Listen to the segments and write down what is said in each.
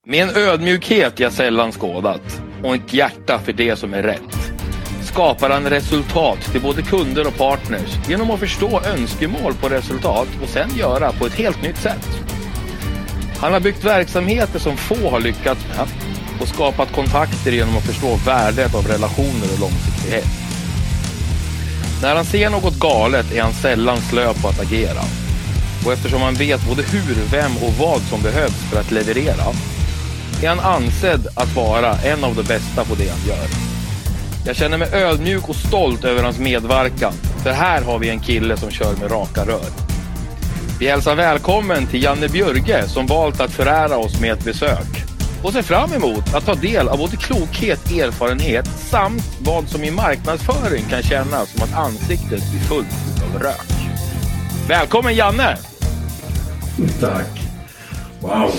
Med en ödmjukhet jag sällan skådat och ett hjärta för det som är rätt skapar han resultat till både kunder och partners genom att förstå önskemål på resultat och sen göra på ett helt nytt sätt. Han har byggt verksamheter som få har lyckats med och skapat kontakter genom att förstå värdet av relationer och långsiktighet. När han ser något galet är han sällan slö på att agera. Och eftersom han vet både hur, vem och vad som behövs för att leverera är han ansedd att vara en av de bästa på det han gör. Jag känner mig ödmjuk och stolt över hans medverkan, för här har vi en kille som kör med raka rör. Vi hälsar välkommen till Janne Björge som valt att förära oss med ett besök och ser fram emot att ta del av både klokhet, erfarenhet samt vad som i marknadsföring kan kännas som att ansiktet blir fullt av rök. Välkommen Janne! Tack! Wow,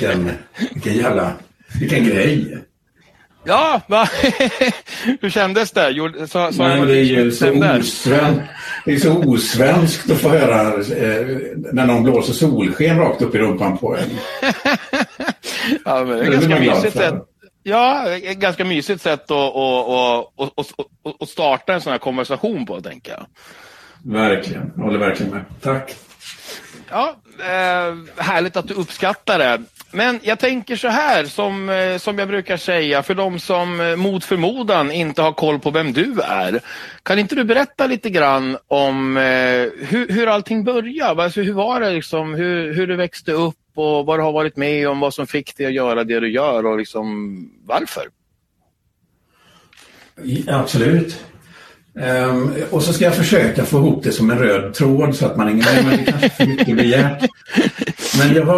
vilken grej! Ja, hur kändes det? Det är så osvenskt att få höra när någon blåser solsken rakt upp i rumpan på en. Ja, men det är ganska mysigt sätt. Ja, ett ganska mysigt sätt att starta en sån här konversation på, tänker jag. Verkligen, jag håller verkligen med. Tack. Ja, härligt att du uppskattar det. Men jag tänker så här, som jag brukar säga, för de som mot förmodan inte har koll på vem du är. Kan inte du berätta lite grann om hur allting började? Alltså, hur var det liksom, hur du växte upp och vad du har varit med om, vad som fick dig att göra det du gör och liksom varför? Absolut. Och så ska jag försöka få ihop det som en röd tråd så att man ingen men det kanske för mycket begärt. Men jag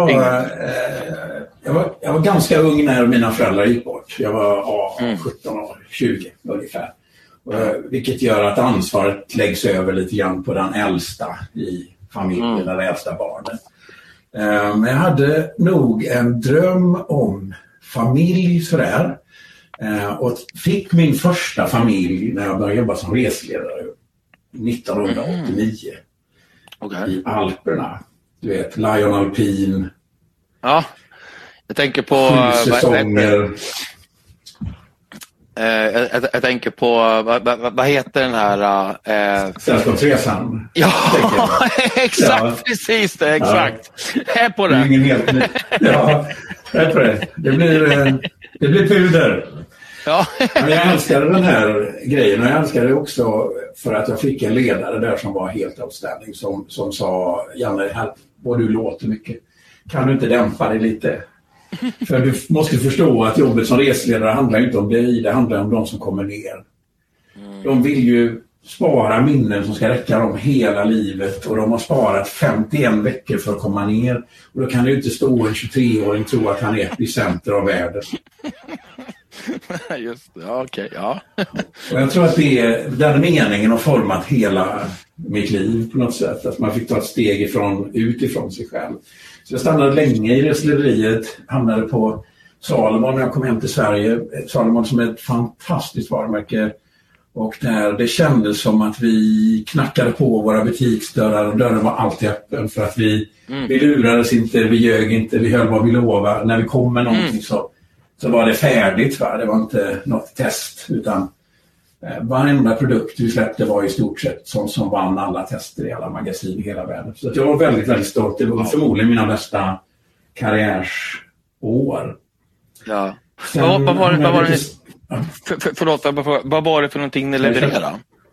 var ganska ung när mina föräldrar gick bort. Jag var 17 år, 20 ungefär. Vilket gör att ansvaret läggs över lite grann på den äldsta i familjen, eller äldsta barnet. Men jag hade nog en dröm om familj sådär. Och fick min första familj när jag började jobba som resledare 1989 i Alperna. Du vet, Lion Alpin. Ja, jag tänker på 7 säsonger. Jag tänker på vad heter den här Sällskapsresan. Ja, exakt, ja. Precis det, exakt. Ja. Här på det. Ja, här på det. Det blir puder. Ja. Men jag älskade den här grejen och jag älskade det också för att jag fick en ledare där som var helt outstanding som sa, Janne, här, vad du låter mycket. Kan du inte dämpa dig lite? För du måste förstå att jobbet som resledare handlar inte om dig, det handlar om de som kommer ner. De vill ju spara minnen som ska räcka dem hela livet och de har sparat 51 veckor för att komma ner. Och då kan det ju inte stå en 23-åring tro att han är epicenter av världen. Just det, ja, okej, ja. Och jag tror att den meningen har format hela mitt liv på något sätt. Att man fick ta ett steg utifrån sig själv. Så jag stannade länge i reslederiet, hamnade på Salomon när jag kom hem till Sverige. Salomon som är ett fantastiskt varumärke. Och där det kändes som att vi knackade på våra butiksdörrar och dörren var alltid öppen för att vi lurades inte, vi ljög inte, vi höll vad vi lovade. När vi kom med någonting så var det färdigt. Va? Det var inte något test utan varenda produkt vi släppte var i stort sett som vann alla tester i alla magasin i hela världen. Så jag var väldigt, väldigt stolt. Det var förmodligen mina bästa karriärsår. Ja. Vad var det för någonting ni levererade?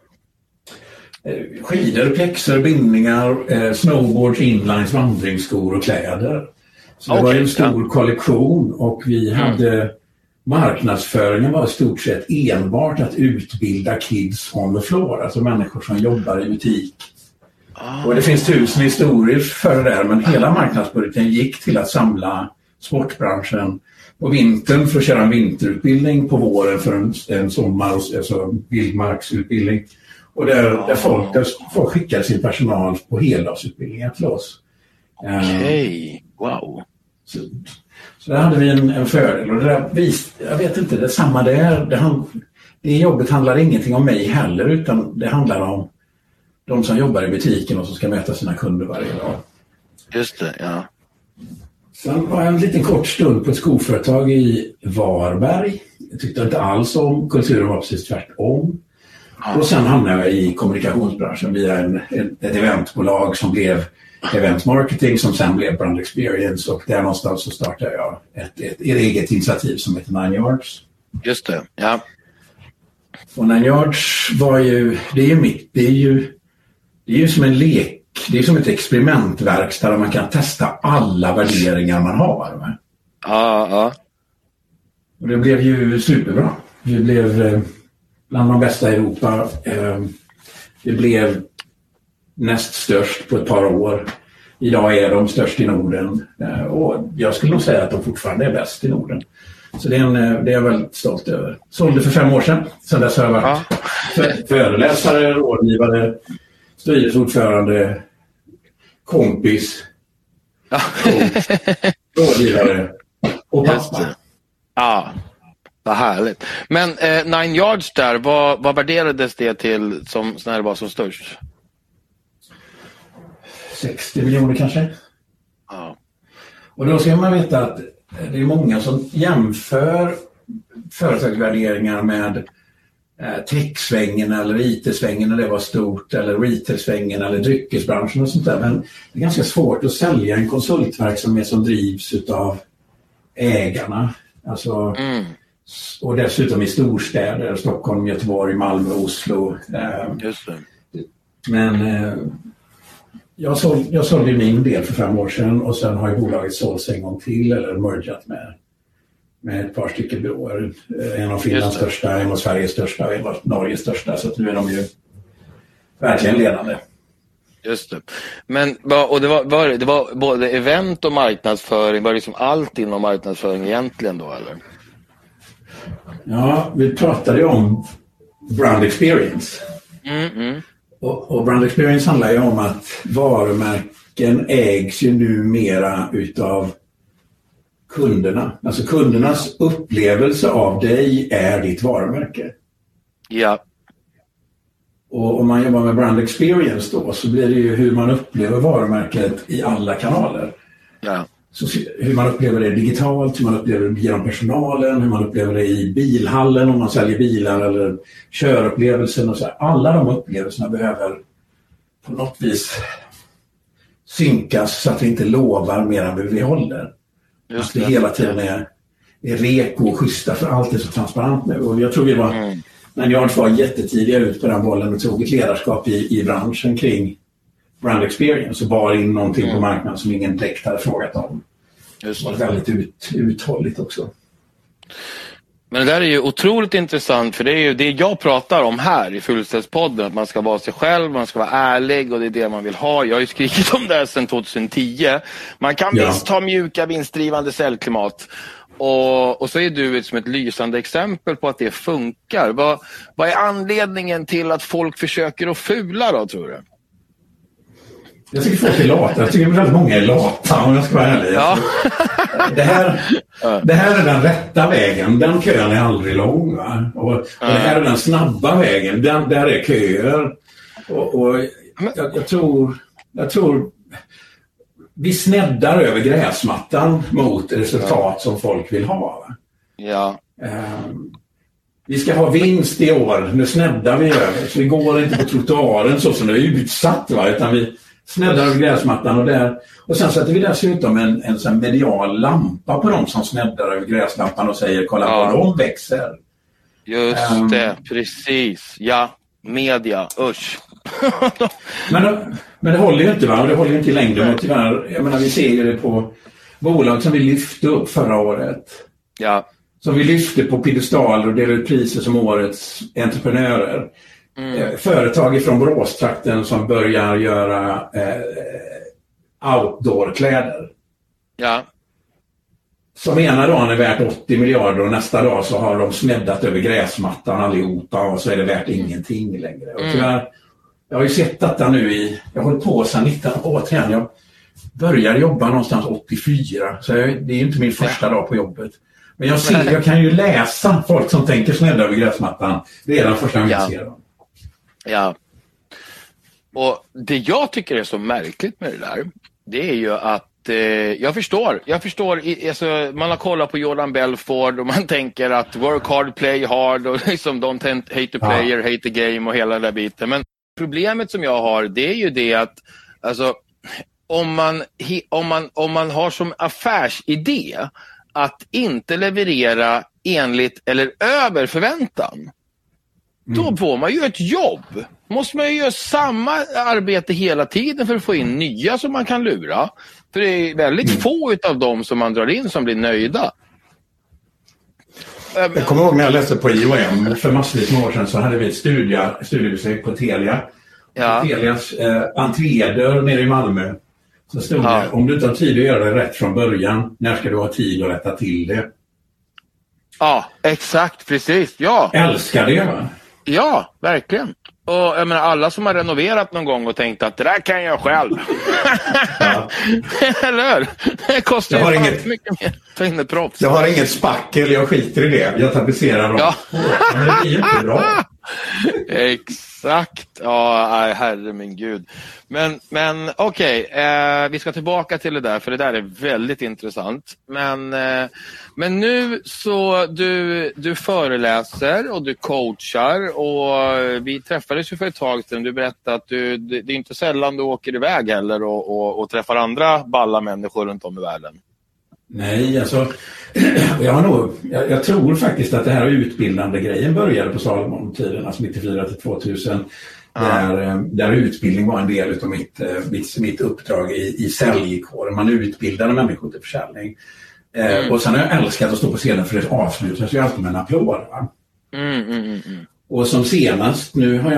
Skidor, pjäxor, bindningar, snowboards, inlines, vandringsskor och kläder. Så det var en stor kollektion och vi hade marknadsföringen var i stort sett enbart att utbilda kids on the floor, alltså människor som jobbar i butik. Och det finns 1000 historier för det där, men hela marknadsbudgeten gick till att samla sportbranschen på vintern för att köra en vinterutbildning, på våren för en sommar, alltså vildmarksutbildning. Och där folk skickade sin personal på heldagsutbildningar till oss. Okej, wow. Så där hade vi en fördel. Och det där jag vet inte, det är samma där. Det jobbet handlar ingenting om mig heller, utan det handlar om de som jobbar i butiken och som ska möta sina kunder varje dag. Just det, ja. Sen var jag en liten kort stund på ett skoföretag i Varberg. Jag tyckte inte alls om kulturen, var precis tvärtom. Och sen hamnade jag i kommunikationsbranschen via ett eventbolag som blev Event Marketing, som sen blev Brand Experience, och där någonstans så startade jag ett eget initiativ som heter 9 Yards. Just det, ja. Och 9 Yards var ju, det är ju som en lek, det är som ett experimentverkstad där man kan testa alla värderingar man har. Va? Ja. Och det blev ju superbra. Vi blev bland de bästa i Europa. Det blev näst störst på ett par år. Idag är de störst i Norden. Och jag skulle nog säga att de fortfarande är bäst i Norden. Så det är jag väldigt stolt över. Sålde för 5 år sedan. Sen dess har jag varit föreläsare, rådgivare, styrelseordförande, kompis, rådgivare och pappa. Ja, vad härligt. Men 9 Yards där, vad värderades det till när det var som störst? 60 miljoner kanske. Ja. Och då ska man veta att det är många som jämför företagsvärderingar med tech-svängen eller IT-svängen när det var stort, eller retail-svängen eller dryckesbranschen och sånt där. Men det är ganska svårt att sälja en konsultverksamhet som drivs utav ägarna. Alltså, och dessutom i storstäder, Stockholm, Göteborg, Malmö, Oslo. Just det. Men jag sålde min del för 5 år sedan, och sen har ju bolaget sålts en gång till, eller mergat med ett par stycken byråer. En av Finlands största, en av Sveriges största och en av Norges största. Så att nu är de ju verkligen ledande. Just det. Men och det var både event och marknadsföring, var det liksom allt inom marknadsföring egentligen då, eller? Ja, vi pratade ju om brand experience. Och brand experience handlar ju om att varumärken ägs ju numera utav kunderna. Alltså kundernas upplevelse av dig är ditt varumärke. Ja. Och om man jobbar med brand experience då, så blir det ju hur man upplever varumärket i alla kanaler. Ja. Så hur man upplever det digitalt, hur man upplever det genom personalen, hur man upplever det i bilhallen om man säljer bilar, eller körupplevelsen och så här. Alla de upplevelserna behöver på något vis synkas så att vi inte lovar mer än vi håller. Just det hela tiden är reko och schyssta, för allt är så transparent nu. Och jag tror vi var, när jag var jättetidiga ut på den bollen och tog ett ledarskap i branschen kring brand experience och bar in någonting på marknaden som ingen direkt hade frågat om. Det var väldigt uthålligt också. Men det där är ju otroligt intressant, för det är ju det jag pratar om här i Fullständighetspodden, att man ska vara sig själv, man ska vara ärlig, och det är det man vill ha. Jag har ju skrikit om det här sedan 2010. Man kan visst ha mjuka vinstdrivande säljklimat, och så är du som ett lysande exempel på att det funkar. Vad är anledningen till att folk försöker att fula då, tror du? Jag tycker folk är lata. Jag tycker väldigt många är lata, om jag ska vara ärlig. Ja. Det här är den rätta vägen. Den kön är aldrig lång. Va? Och det här är den snabba vägen. Där är köer. Och jag tror vi sneddar över gräsmattan mot resultat som folk vill ha. Va? Ja. Vi ska ha vinst i år. Nu sneddar vi över. Så vi går inte på trottoaren så som det är utsatt. Va? Utan vi sneddar över gräsmattan och sen sätter vi dessutom en sån medial lampa på dem som sneddar över gräslampan och säger kolla på de växer. Just det, precis. Ja, media, usch. men det håller ju inte, va? Det håller ju inte i längden. Och tyvärr, jag menar, vi ser ju det på bolag som vi lyfte upp förra året. Ja. Som vi lyfte på piedestaler och delade ut priser som årets entreprenörer. Företag från Boråstrakten som börjar göra outdoor-kläder. Ja. Som ena dagen är värt 80 miljarder och nästa dag så har de sneddat över gräsmattan allihopa och så är det värt ingenting längre. Och tyvärr, jag har ju sett detta nu jag har hållit på sedan 1980. Jag började jobba någonstans 84, så det är ju inte min första dag på jobbet. Men jag kan ju läsa folk som tänker snedda över gräsmattan redan första gången jag ser dem. Ja, och det jag tycker är så märkligt med det där, det är ju att jag förstår. Alltså, man har kollat på Jordan Belfort och man tänker att work hard, play hard och liksom don't hate the player, hate the game och hela den där biten. Men problemet som jag har, det är ju det att alltså, om man har som affärsidé att inte leverera enligt eller över förväntan, då får man ju ett jobb. Måste man ju göra samma arbete hela tiden för att få in nya som man kan lura. För det är väldigt få av dem som man drar in som blir nöjda. Jag kommer ihåg när jag läste på IOM för massvis med år sedan, så hade vi ett studiebesök på Telia. Ja. Telias entrédörr nere i Malmö. Så stod det, om du inte har tid att göra det rätt från början, när ska du ha tid att rätta till det? Ja, exakt, precis. Ja. Älskar det, va? Ja, verkligen. Och jag menar, alla som har renoverat någon gång och tänkt att det där kan jag själv. Ja. Eller hur? Det kostar ju mycket mer för inneprops. Jag har inget spackel, jag skiter i det. Jag tapetserar dem. Ja. Men det blir ju inte bra. Exakt. Ja, herre min gud. Men okej, vi ska tillbaka till det där, för det där är väldigt intressant. Men nu så du föreläser och du coachar, och vi träffades ju för ett tag sedan. Du berättade att det är inte sällan du åker iväg heller och träffar andra balla människor runt om i världen. Nej, alltså jag tror faktiskt att det här utbildande grejen började på Salomon-tiden, alltså 94 till 2000, där utbildning var en del av mitt uppdrag i säljkåren. Man utbildade människor till försäljning. Och sen har jag älskat att stå på scenen, för det avslutas ju alltid med en applåd. Och som senast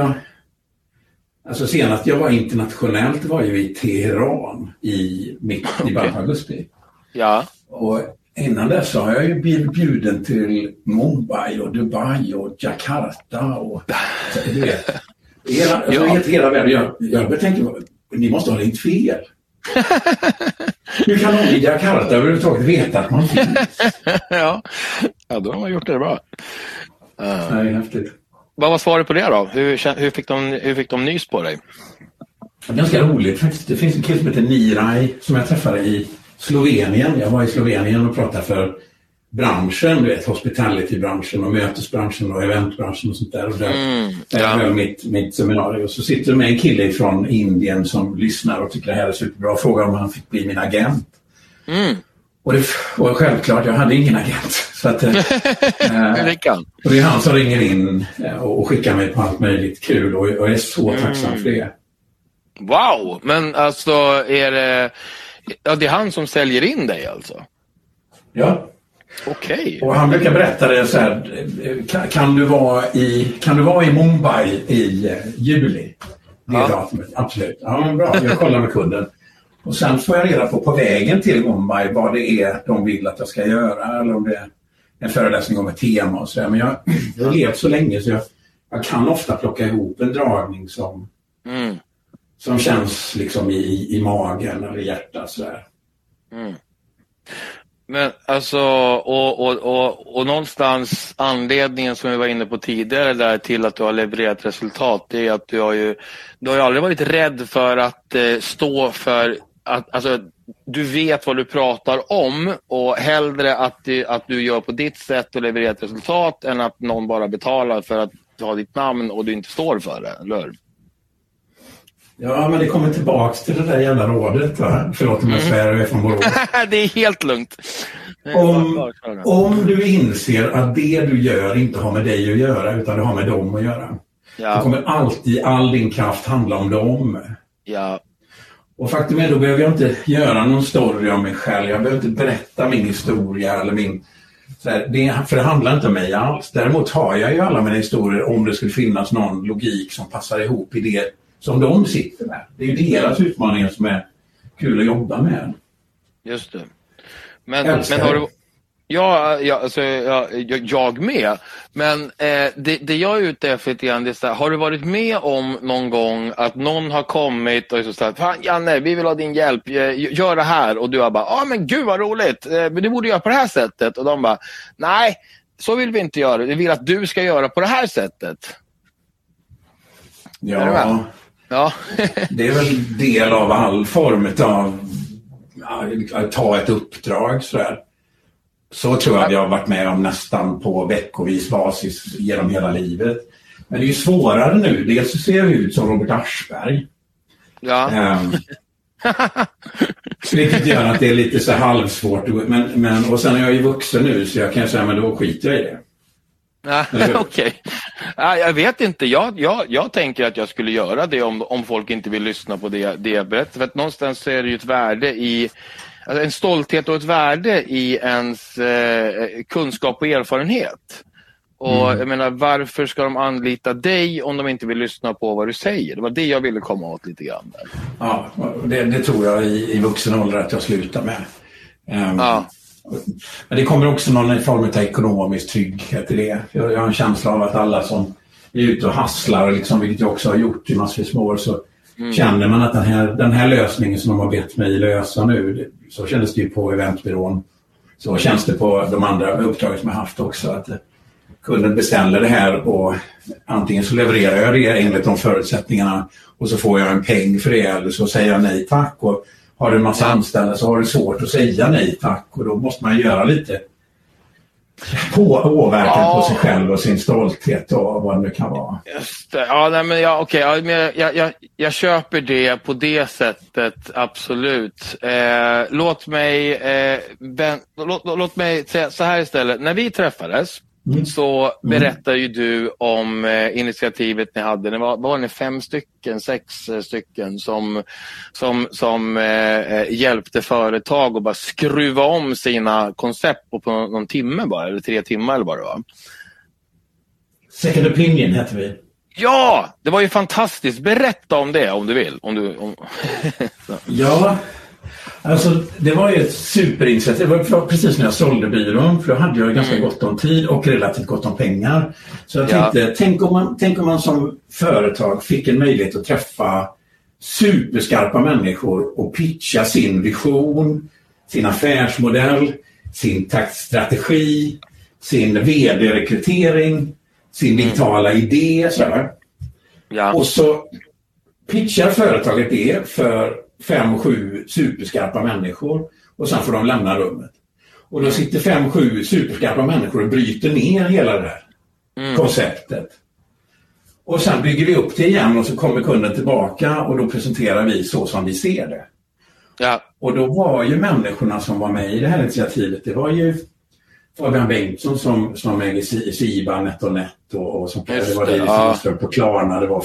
jag var internationellt var ju i Teheran i början av augusti. Ja. Och innan dess så har jag ju blivit bjuden till Mumbai och Dubai och Jakarta och du vet. Hela världen. Jag tänker, ni måste ha ringt fel. Hur kan någon i Jakarta överhuvudtaget veta att man finns? Ja, då har man gjort det bra. Nej, häftigt. Vad var svaret på det då? Hur fick de nys på dig? Ganska roligt faktiskt. Det finns en kille som heter Niraj som jag träffade i Slovenien. Jag var i Slovenien och pratade för branschen, du vet, hospitality-branschen och mötesbranschen och eventbranschen och sånt där. Och där var mitt seminarium. Och så sitter det med en kille från Indien som lyssnar och tycker det här är superbra och frågar om han fick bli min agent. Och det var självklart, jag hade ingen agent. Så att, och det är han som ringer in och skickar mig på allt möjligt kul, och jag är så tacksam för det. Wow, men alltså är det... Ja, det är han som säljer in dig alltså? Ja. Okej. Och han brukar berätta det så här, kan du vara i Mumbai i juli? Det datumet, absolut. Ja, men bra, jag kollar med kunden. Och sen får jag reda på vägen till Mumbai vad det är de vill att jag ska göra, eller om det är en föreläsning om ett tema och så där. Men jag har levt så länge så jag kan ofta plocka ihop en dragning som känns liksom i magen eller i hjärtat sådär. Men alltså, och någonstans anledningen som vi var inne på tidigare där till att du har levererat resultat, det är att du har ju aldrig varit rädd för att stå för att, alltså, du vet vad du pratar om, och hellre att du gör på ditt sätt och levererar ett resultat än att någon bara betalar för att du har ditt namn och du inte står för det, eller? Ja, men det kommer tillbaks till det där jävla rådet, va? Förlåt om jag svär, jag är från Borås. Det är helt lugnt. Om du inser att det du gör inte har med dig att göra, utan det har med dem att göra. Ja. Då kommer alltid all din kraft handla om dem. Ja. Och faktum är, då behöver jag inte göra någon story om mig själv. Jag behöver inte berätta min historia eller min... för det handlar inte om mig alls. Däremot har jag ju alla mina historier om det skulle finnas någon logik som passar ihop i det som de sitter med. Det är ju deras utmaningar som är kul att jobba med. Just det. Men har du... Jag med. Men det jag är ute efter lite grann, det är så här, har du varit med om någon gång att någon har kommit och så sagt, fan Janne, vi vill ha din hjälp, gör det här, och du har bara, men gud vad roligt, men du borde göra på det här sättet, och de bara, nej, så vill vi inte göra, vi vill att du ska göra på det här sättet. Ja. Det är väl del av all form av ta ett uppdrag sådär. Så tror jag vi har varit med om nästan på veckovis basis genom hela livet. Men det är ju svårare nu. Dels så ser jag ut som Robert Aschberg. Ja. Vilket gör att det är lite så halvsvårt. Men, och sen är jag ju vuxen nu så jag kan säga men då skiter jag i det. Okej. Jag vet inte. Jag tänker att jag skulle göra det om folk inte vill lyssna på det jag berättar. För att någonstans så är det ju ett värde i... Alltså en stolthet och ett värde i ens kunskap och erfarenhet. Och jag menar, varför ska de anlita dig om de inte vill lyssna på vad du säger? Det var det jag ville komma åt lite grann där. Ja, det tror jag i vuxen ålder att jag slutar med. Men det kommer också någon form av ekonomisk trygghet i det. Jag har en känsla av att alla som är ute och hasslar, liksom, vilket jag också har gjort i massvis med år, så känner man att den här lösningen som de har bett mig lösa nu, så kändes det ju på eventbyrån. Så känns det på de andra uppdragen som jag haft också, att kunden beställer det här och antingen så levererar jag det enligt de förutsättningarna och så får jag en peng för det, eller så säger jag nej tack. Och har du en massa anställda så har du svårt att säga nej tack, och då måste man göra lite påverkan på sig själv och sin stolthet och vad det kan vara. Just det. Ja, nej, men jag köper det på det sättet, absolut. Låt mig säga så här istället. När vi träffades så berättade ju du om initiativet ni hade. Det var ni 6 stycken som hjälpte företag att bara skruva om sina koncept på någon timme bara, eller 3 timmar eller vad det var. Second Opinion heter vi. Ja, det var ju fantastiskt. Berätta om det om du vill. Ja, alltså det var ju ett superinitiativ. Det var precis när jag sålde byrån, för då hade jag ganska gott om tid och relativt gott om pengar. Så jag tänkte, tänk om man som företag fick en möjlighet att träffa superskarpa människor och pitcha sin vision, sin affärsmodell, sin strategi, sin vd-rekrytering, sin digitala idé. Sådär. Ja. Och så pitchar företaget det för 5-7 superskarpa människor och sen får de lämna rummet. Och då sitter 5-7 superskarpa människor och bryter ner hela det här konceptet. Och sen bygger vi upp det igen och så kommer kunden tillbaka och då presenterar vi så som vi ser det. Ja. Och då var ju människorna som var med i det här initiativet, det var ju Fabian Bengtsson som äger Siba, NetOnNet och som det var det på Klarna, det var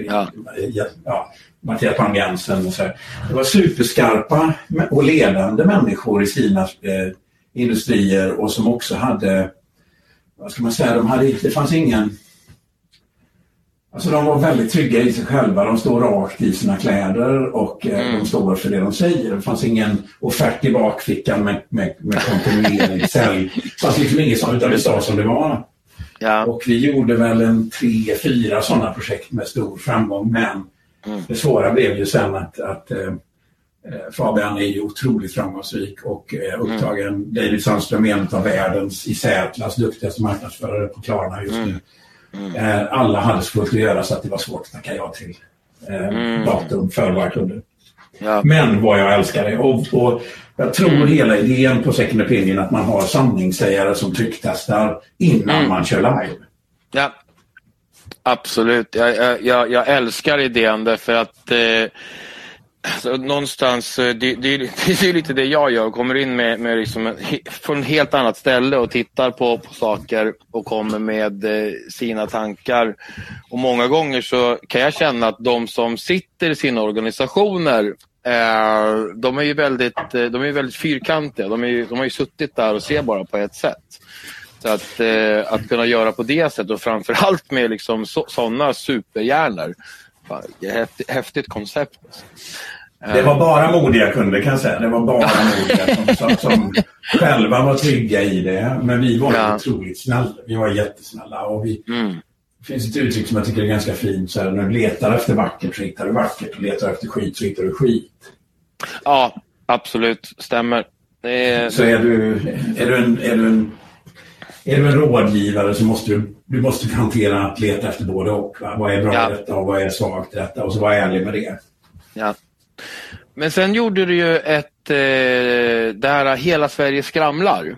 Mattias Pangensen och så här. Det var superskarpa och ledande människor i sina industrier och som också hade, vad ska man säga, det fanns ingen, alltså de var väldigt trygga i sig själva, de står rakt i sina kläder och de står för det de säger. Det fanns ingen offert i bakfickan med kontinuerlig sälj. Det fanns liksom inget sånt, utan vi sa som det var. Ja. Och vi gjorde väl 3-4 sådana projekt med stor framgång, men det svåra blev ju sen att Fabian är ju otroligt framgångsrik och upptagen. David Sandström är en av världens i särklass duktigaste marknadsförare på Klarna just nu. Alla hade så fullt att göra så att det var svårt att tacka ja till datum för våra kunder. Ja. Men vad jag älskar det. Och jag tror hela idén på Second Opinion att man har sanningssägare som trycktestar innan man kör live. Ja, absolut. Jag älskar idén därför att alltså, någonstans, det är lite det jag gör. Kommer in med liksom, från ett helt annat ställe och tittar på saker och kommer med sina tankar. Och många gånger så kan jag känna att de som sitter i sina organisationer, de är ju väldigt fyrkantiga. De har ju suttit där och ser bara på ett sätt. Så att kunna göra på det sättet och framförallt med liksom sådana superhjärnor. Häftigt koncept. Det var bara modiga kunder kan jag säga. Det var bara modiga som själva var trygga i det. Men vi var otroligt snälla. Vi var jättesnälla. Och det finns ett uttryck som jag tycker är ganska fint. Så här, när du letar efter vackert så hittar du vackert. Och letar efter skit så hittar du skit. Ja, absolut. Stämmer. Så är du en rådgivare så måste du måste hantera att leta efter både och. Va? Vad är bra i detta och vad är svagt i detta? Och så vara ärlig med det. Ja. Men sen gjorde du ju det här Hela Sverige skramlar.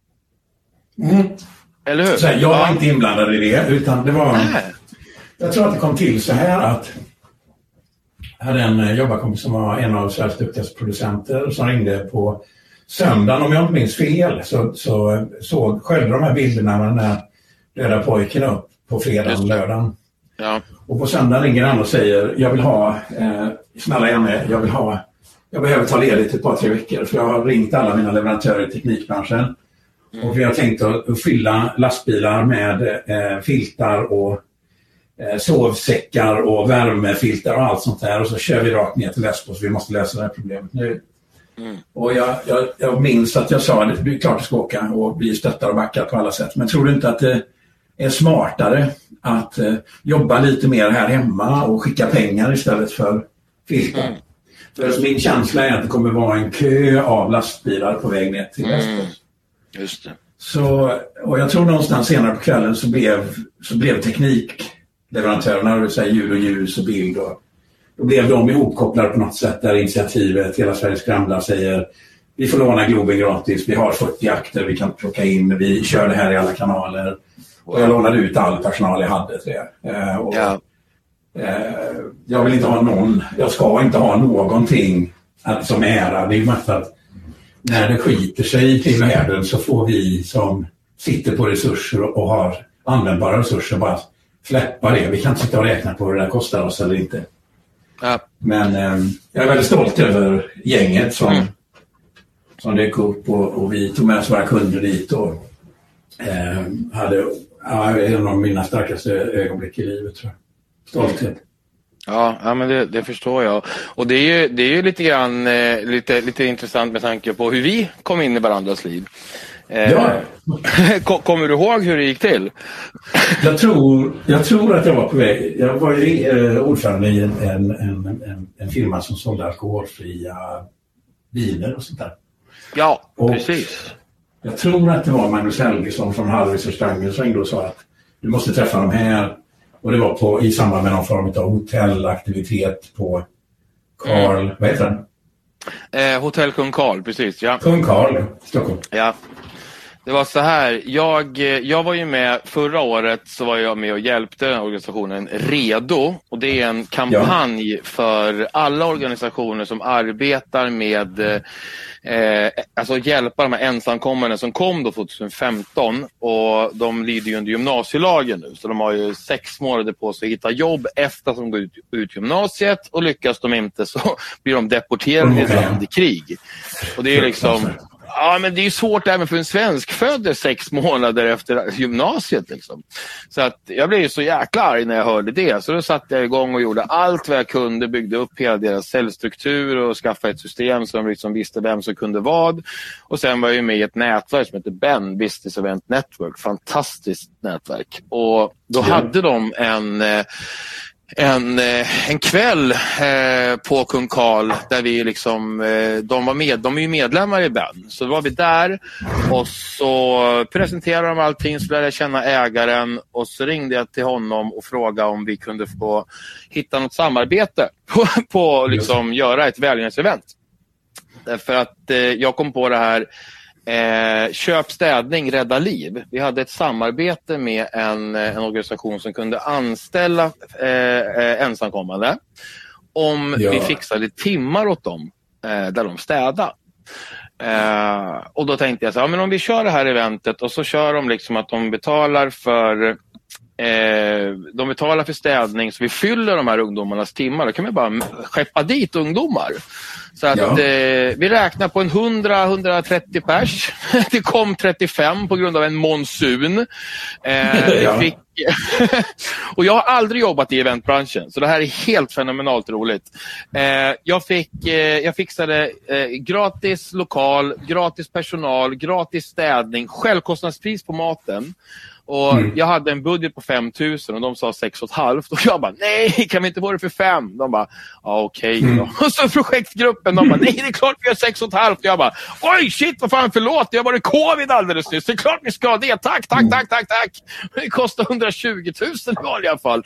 Eller hur? Så jag var inte inblandad i det, utan det var... Jag tror att det kom till så här att jag hade en jobbarkompis som var en av Sveriges duktigaste producenter som ringde på söndagen, om jag inte minns fel, så sköljde de här bilderna med den här döda pojken upp på fredagen, lördagen. Ja. Och på söndagen ringer han och säger, jag vill ha, snälla Janne, jag behöver ta ledigt ett par 3 veckor för jag har ringt alla mina leverantörer i teknikbranschen. Och vi har tänkt att fylla lastbilar med filtar och sovsäckar och värmefiltar och allt sånt där. Och så kör vi rakt ner till Lesbos. Vi måste lösa det här problemet nu. Och jag minns att jag sa att det är klart att ska åka och vi stöttar och backar på alla sätt. Men tror du inte att det är smartare att jobba lite mer här hemma och skicka pengar istället för filtar? För min känsla är att det kommer vara en kö av lastbilar på väg ner till Lesbos. Just det. Så, och jag tror någonstans senare på kvällen så blev teknikleverantörerna, det vill säga ljud och ljus och bild, och då blev de ihopkopplade på något sätt där initiativet Hela Sverige skramlar säger vi får låna Globen gratis, vi har 40 akter vi kan plocka in, vi kör det här i alla kanaler. Och jag lånade ut all personal jag hade till det. Jag vill inte ha jag ska inte ha någonting som ära. Det är ju mest att när det skiter sig till världen så får vi som sitter på resurser och har användbara resurser bara släppa det. Vi kan inte sitta och räkna på vad det där kostar oss eller inte. Ja. Men jag är väldigt stolt över gänget som dök upp och vi tog med oss våra kunder dit och hade en av mina starkaste ögonblick i livet, tror jag. Stolthet. Ja, men det förstår jag. Och det är ju lite grann lite intressant med tanke på hur vi kom in i varandras liv. Kommer du ihåg hur det gick till? Jag tror att jag var på väg. Jag var ju ordförande i en firma som sålde alkoholfria viner och sånt där. Ja, precis. Jag tror att det var Magnus Helgesson från Harris och Stanger som ringde och sa att du måste träffa dem här. Och det var i samband med någon form av hotellaktivitet på Karl, vad heter den? Hotell Kung Karl, precis. Ja. Kung Karl, Stockholm. Ja. Det var så här, jag var ju med förra året, så var jag med och hjälpte organisationen Redo, och det är en kampanj för alla organisationer som arbetar med alltså hjälpa de här ensamkommande som kom då 2015, och de lyder ju under gymnasielagen nu, så de har ju 6 månader på sig att hitta jobb efter att de går ut gymnasiet, och lyckas de inte så blir de deporterade till ett land i krig. Och det är liksom... Ja, men det är ju svårt även för en svensk född 6 månader efter gymnasiet liksom. Så att jag blev ju så jäkla arg när jag hörde det. Så då satte jag igång och gjorde allt vad jag kunde, byggde upp hela deras cellstruktur och skaffade ett system så de liksom visste vem som kunde vad. Och sen var jag ju med i ett nätverk som heter Ben Business Event Network. Fantastiskt nätverk. Och då hade de en kväll på Kung Karl där vi liksom, de är ju medlemmar i Ben, så då var vi där och så presenterade de allting, så lärde jag känna ägaren, och så ringde jag till honom och frågade om vi kunde få hitta något samarbete på liksom göra ett välgörenhetsevent. Därför att jag kom på det här, köp städning, rädda liv. Vi hade ett samarbete med en organisation som kunde anställa ensamkommande om vi fixade timmar åt dem där de städade. Och då tänkte jag så här, men om vi kör det här eventet och så kör de liksom att de betalar för städning, så vi fyller de här ungdomarnas timmar, då kan vi bara skeppa dit ungdomar. Så att vi räknar på 100-130 pers. Det kom 35 på grund av en monsun. Och jag har aldrig jobbat i eventbranschen, så det här är helt fenomenalt roligt. Jag fixade gratis lokal, gratis personal, gratis städning, självkostnadspris på maten. Och jag hade en budget på 5 000 och de sa 6,5. Och jag bara, nej, kan vi inte få det för 5? De bara, ja okej då. Och så projektgruppen, de bara, nej det är klart vi gör 6,5. Och jag bara, oj shit, vad fan förlåt, jag var i covid alldeles nyss. Det är klart vi ska det, tack. Det kostar 120 000 i vanliga fall.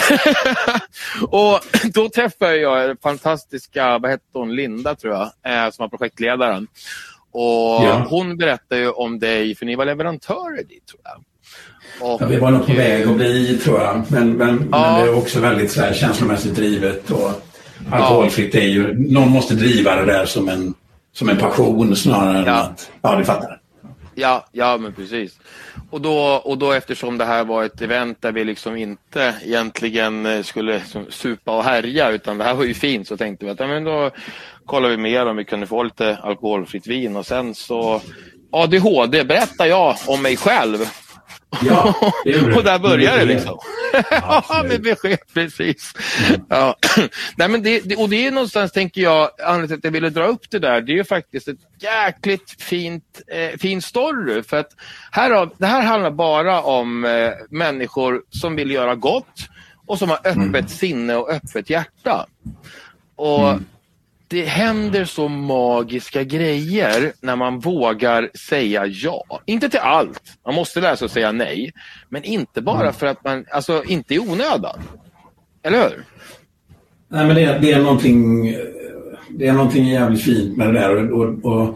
Och då träffade jag fantastiska, vad hette hon, Linda tror jag, som var projektledaren. Och hon berättade ju om dig, för ni var leverantörer dit tror jag. Och, vi var nog på väg att bli tror jag, men det är också väldigt så här, känslomässigt drivet och alkoholfritt är ju, någon måste driva det där som en passion snarare än att, det fattar. Ja, men precis. Och då eftersom det här var ett event där vi liksom inte egentligen skulle liksom supa och härja, utan det här var ju fint, så tänkte vi att men då kollar vi mer om vi kunde få lite alkoholfritt vin. Och sen så ADHD berättar jag om mig själv. Ja, och där börjar det liksom. Ja, med besked, precis. Ja. Nej, men det är någonstans, tänker jag, anledningen till att jag ville dra upp det där, det är ju faktiskt ett jäkligt fin story. För att det här handlar bara om människor som vill göra gott och som har öppet sinne och öppet hjärta. Och det händer så magiska grejer när man vågar säga ja. Inte till allt. Man måste lära sig att säga nej. Men inte bara för att man, alltså inte i onödan. Eller hur? Nej, men det är någonting jävligt fint med det där. Och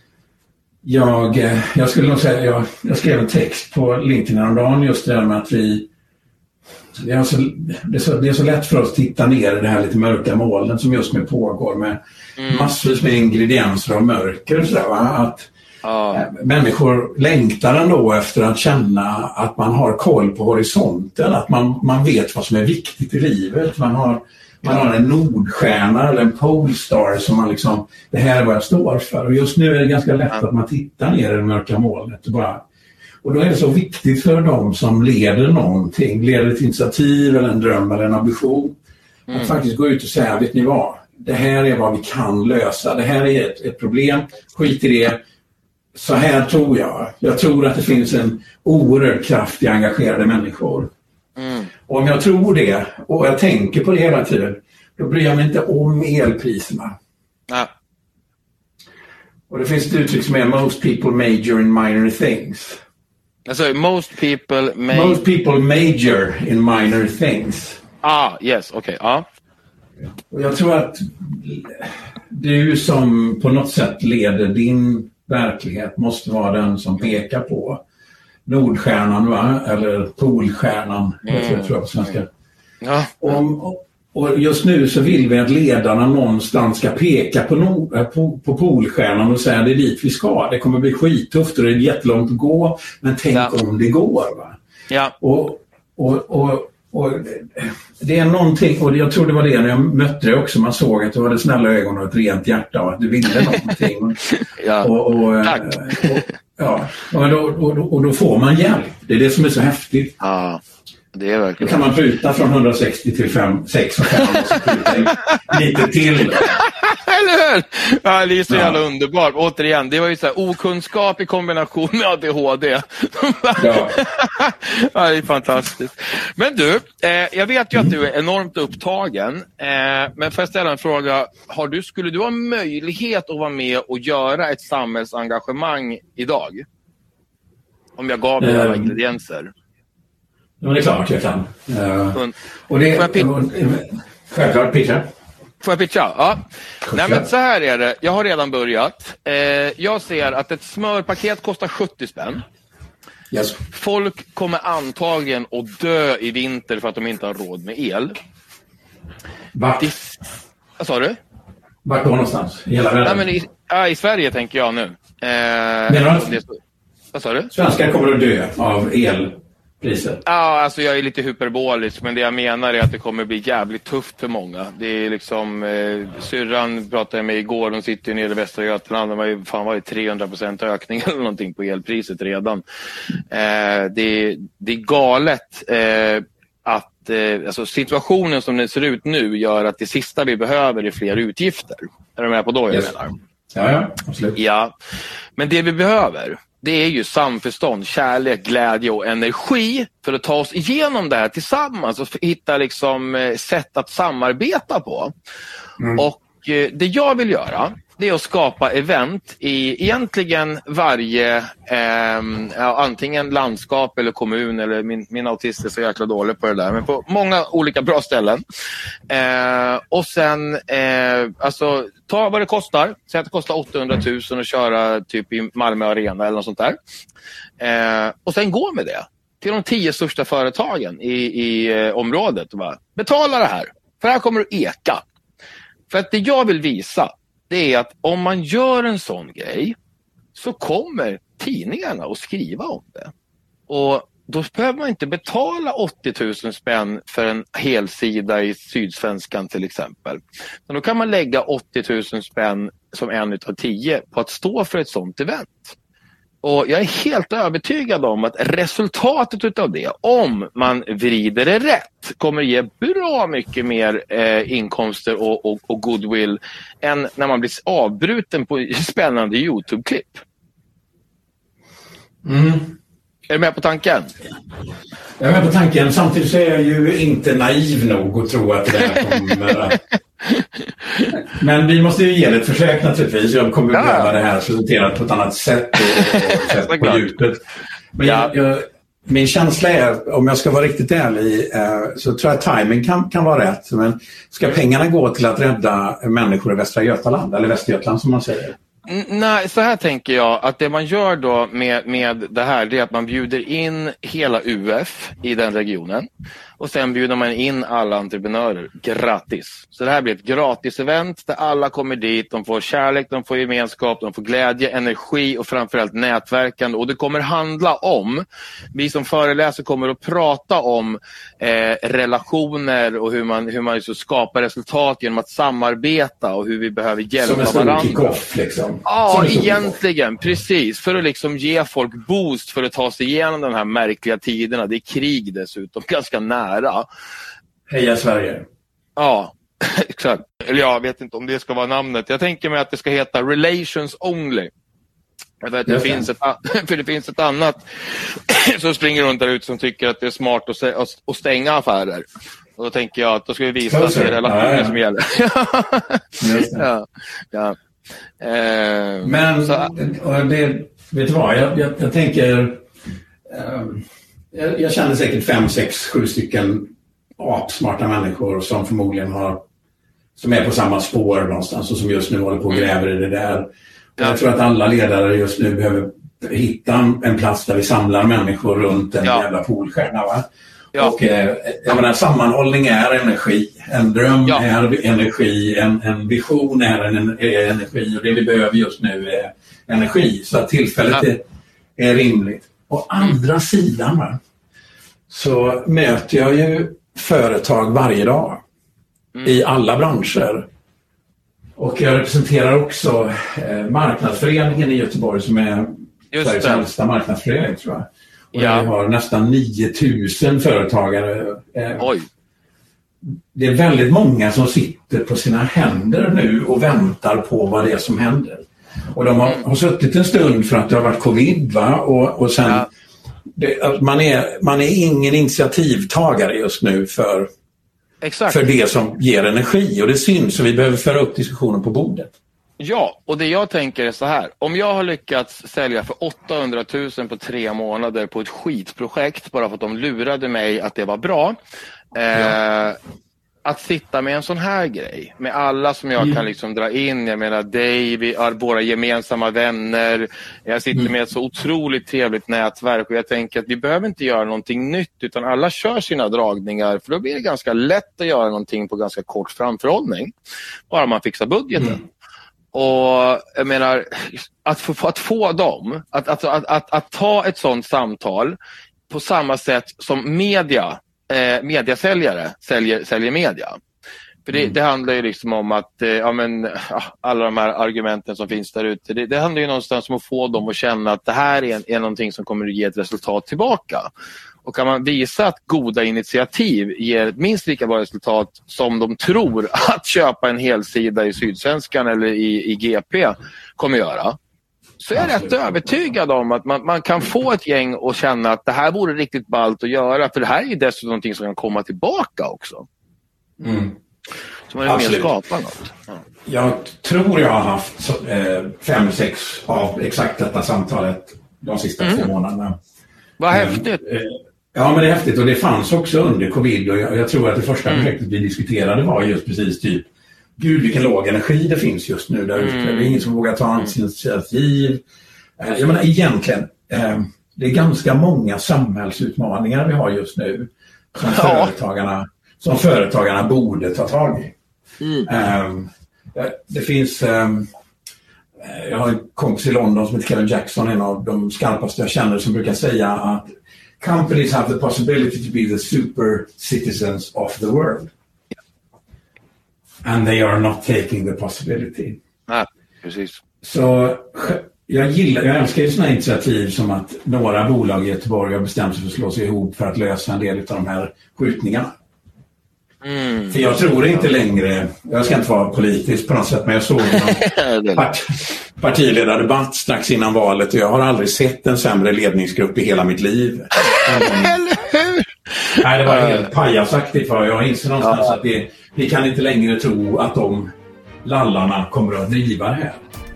jag skulle nog säga, jag skrev en text på LinkedIn häromdagen just det där med att det är så lätt för oss att titta ner i det här lite mörka molnen som just nu pågår med massvis med ingredienser av mörker och sådär, va? Att människor längtar ändå efter att känna att man har koll på horisonten, att man vet vad som är viktigt i livet, man har en nordstjärna eller en polestar som man liksom, det här är vad jag står för. Och just nu är det ganska lätt att man tittar ner i det mörka molnet och då är det så viktigt för dem som leder någonting, leder ett initiativ eller en dröm eller en ambition, att faktiskt gå ut och säga, vet ni vad? Det här är vad vi kan lösa. Det här är ett problem. Skit i det. Så här tror jag. Jag tror att det finns en oerhörd kraft i engagerade människor. Och om jag tror det och jag tänker på det hela tiden, då bryr jag mig inte om elpriserna. Och det finns ett uttryck som är most people major in minor things. Alltså, most people major in minor things. Yes, okej. Och jag tror att du som på något sätt leder din verklighet måste vara den som pekar på Nordstjärnan, va? Eller Polstjärnan, jag tror jag på svenska. Och just nu så vill vi att ledarna någonstans ska peka på Polstjärnan och säga det är dit vi ska. Det kommer bli skittufft och det är jättelångt att gå, men tänk om det går, va? Ja. Och det är någonting, och jag tror det var det när jag mötte dig också, man såg att du hade snälla ögon och ett rent hjärta och att du ville någonting. Tack. Och då får man hjälp. Det är det som är så häftigt. Ja, det är verkligen. Då kan man pruta från 160 till 6 och 5 och så pruta lite till. Eller hur? Ja, det är så jävla underbart. Återigen, det var ju så här okunskap i kombination med ADHD. Ja, det är fantastiskt. Men du, jag vet ju att du är enormt upptagen. Men får jag ställa en fråga? Skulle du ha möjlighet att vara med och göra ett samhällsengagemang idag? Om jag gav dig alla ingredienser. Ja, det är klart jag kan. Och det självklart pitcha. Får jag pitcha? Ja. Nej, men så här är det. Jag har redan börjat. Jag ser att ett smörpaket kostar 70 spänn. Yes. Folk kommer antagligen att dö i vinter för att de inte har råd med el. Vart? Vad sa du? Vart då någonstans? I hela världen? Nej, men i Sverige tänker jag nu. Vad sa du? Svenskar kommer att dö av el. Ja, alltså jag är lite hyperbolisk, men det jag menar är att det kommer bli jävligt tufft för många. Det är liksom, syrran pratade jag med igår, de sitter ju nere i Västra Götaland, de har ju 300% ökning eller någonting på elpriset redan. Det är galet att alltså situationen som den ser ut nu gör att det sista vi behöver är fler utgifter. Är du med på då jag menar? Ja, absolut. Ja, men det vi behöver, det är ju samförstånd, kärlek, glädje och energi för att ta oss igenom det här tillsammans och hitta liksom sätt att samarbeta på. Och det jag vill göra, det är att skapa event i egentligen varje antingen landskap eller kommun, eller min autist är så jäkla dålig på det där, men på många olika bra ställen. Och sen alltså ta vad det kostar. Säg att det kostar 800 000 att köra typ i Malmö Arena eller något sånt där. Och sen gå med det till de 10 största företagen i området och bara betala det här. För här kommer det eka. För att det jag vill visa, det är att om man gör en sån grej så kommer tidningarna att skriva om det. Och då behöver man inte betala 80 000 spänn för en helsida i Sydsvenskan till exempel. Så då kan man lägga 80 000 spänn som 1 av 10 på att stå för ett sånt event. Och jag är helt övertygad om att resultatet utav det, om man vrider det rätt, kommer ge bra mycket mer inkomster och goodwill än när man blir avbruten på spännande YouTube-klipp. Är du med på tanken? Jag är med på tanken. Samtidigt så är jag ju inte naiv nog att tro att det där kommer... Men vi måste ju ge det ett försök naturligtvis. Jag kommer att behöva det här presenterat på ett annat sätt och sätt på djupet. Men min känsla är, om jag ska vara riktigt ärlig, så tror jag att timing kan vara rätt. Men ska pengarna gå till att rädda människor i Västra Götaland, eller Västergötland som man säger? Nej, så här tänker jag att det man gör då med det här, det är att man bjuder in hela UF i den regionen och sen bjuder man in alla entreprenörer gratis. Så det här blir ett gratis event där alla kommer dit, de får kärlek, de får gemenskap, de får glädje, energi och framförallt nätverkande. Och det kommer handla om, vi som föreläser kommer att prata om relationer och hur man så skapar resultat genom att samarbeta och hur vi behöver hjälpa varandra. Som en stor kick-off liksom. Ja, egentligen, precis. För att liksom ge folk boost för att ta sig igenom de här märkliga tiderna. Det är krig dessutom, ganska nära. Heja Sverige. Ja, exakt. Eller jag vet inte om det ska vara namnet. Jag tänker mig att det ska heta Relations Only. För att det finns ett annat som springer runt där ute som tycker att det är smart att stänga affärer. Och då tänker jag att då ska vi visa att det är relationer som gäller. Ja. Men vet du vad, jag tänker jag känner säkert 5, 6, 7 stycken apsmarta människor som förmodligen som är på samma spår någonstans och som just nu håller på och gräver i det där. Jag tror att alla ledare just nu behöver hitta en plats där vi samlar människor runt en jävla poolstjärna, va? Ja. Och jag menar, sammanhållning är energi, en dröm är energi, en vision är energi, och det vi behöver just nu är energi, så att tillfället är rimligt. Å andra sidan så möter jag ju företag varje dag i alla branscher, och jag representerar också marknadsföreningen i Göteborg som är Sveriges äldsta marknadsförening, tror jag. Och vi har nästan 9000 företagare. Oj. Det är väldigt många som sitter på sina händer nu och väntar på vad det är som händer. Och de har suttit en stund för att det har varit covid, va? Och sen man är ingen initiativtagare just nu för det som ger energi, och det syns, så vi behöver föra upp diskussionen på bordet. Ja, och det jag tänker är så här. Om jag har lyckats sälja för 800 000 på 3 månader på ett skitprojekt bara för att de lurade mig att det var bra. Att sitta med en sån här grej, med alla som jag kan liksom dra in, jag menar dig, vi har våra gemensamma vänner, jag sitter med ett så otroligt trevligt nätverk, och jag tänker att vi behöver inte göra någonting nytt, utan alla kör sina dragningar, för då blir det ganska lätt att göra någonting på ganska kort framförhållning, bara man fixar budgeten. Och jag menar, att få dem att ta ett sånt samtal på samma sätt som mediasäljare säljer media. För det handlar ju liksom om att alla de här argumenten som finns där ute, det handlar ju någonstans om att få dem att känna att det här är någonting som kommer att ge ett resultat tillbaka. Och kan man visa att goda initiativ ger ett minst lika bra resultat som de tror att köpa en helsida i Sydsvenskan eller i GP kommer göra, så är jag rätt övertygad om att man kan få ett gäng och känna att det här vore riktigt ballt att göra. För det här är ju dessutom någonting som kan komma tillbaka också. Så man är mer skapar något. Ja. Jag tror jag har haft 5-6 av exakt detta samtalet de sista 2 månaderna. Vad häftigt. Ja, men det är häftigt, och det fanns också under covid, och jag tror att det första projektet vi diskuterade var just precis typ, gud vilken låg energi det finns just nu där ute. Det är ingen som vågar ta initiativ. Jag menar egentligen, det är ganska många samhällsutmaningar vi har just nu som företagarna borde ta tag i. Det finns, jag har en kompis i London som heter Kevin Jackson, en av de skarpaste jag känner, som brukar säga att companies have the possibility to be the super citizens of the world. And they are not taking the possibility. Nej, precis. Så jag älskar ju sådana initiativ som att några bolag i Göteborg har bestämt sig för att slå sig ihop för att lösa en del av de här skjutningarna. För jag tror inte längre, jag ska inte vara politisk på något sätt, men jag såg en partiledardebatt strax innan valet, och jag har aldrig sett en sämre ledningsgrupp i hela mitt liv. Nej, det var helt pajasaktigt, för jag inser någonstans att vi kan inte längre tro att de lallarna kommer att driva det här.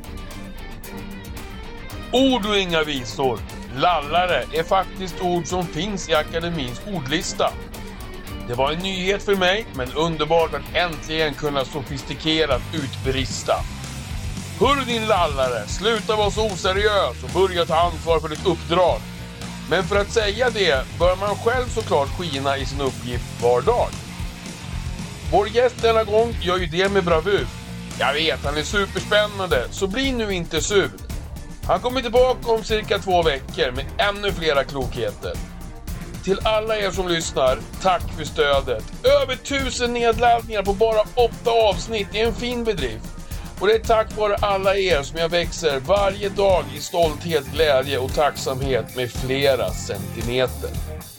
Ord och inga visor. Lallare är faktiskt ord som finns i akademins ordlista. Det var en nyhet för mig, men underbart att äntligen kunna sofistikerat utbrista. Hör din lallare, sluta vara så oseriös och börja ta ansvar för ditt uppdrag. Men för att säga det bör man själv såklart skina i sin uppgift var dag. Vår gäst denna gång gör ju det med bravur. Jag vet, han är superspännande, så bli nu inte sur. Han kommer tillbaka om cirka 2 veckor med ännu flera klokheter. Till alla er som lyssnar, tack för stödet. Över 1000 nedladdningar på bara 8 avsnitt är en fin bedrift. Och det är tack vare alla er som jag växer varje dag i stolthet, glädje och tacksamhet med flera centimeter.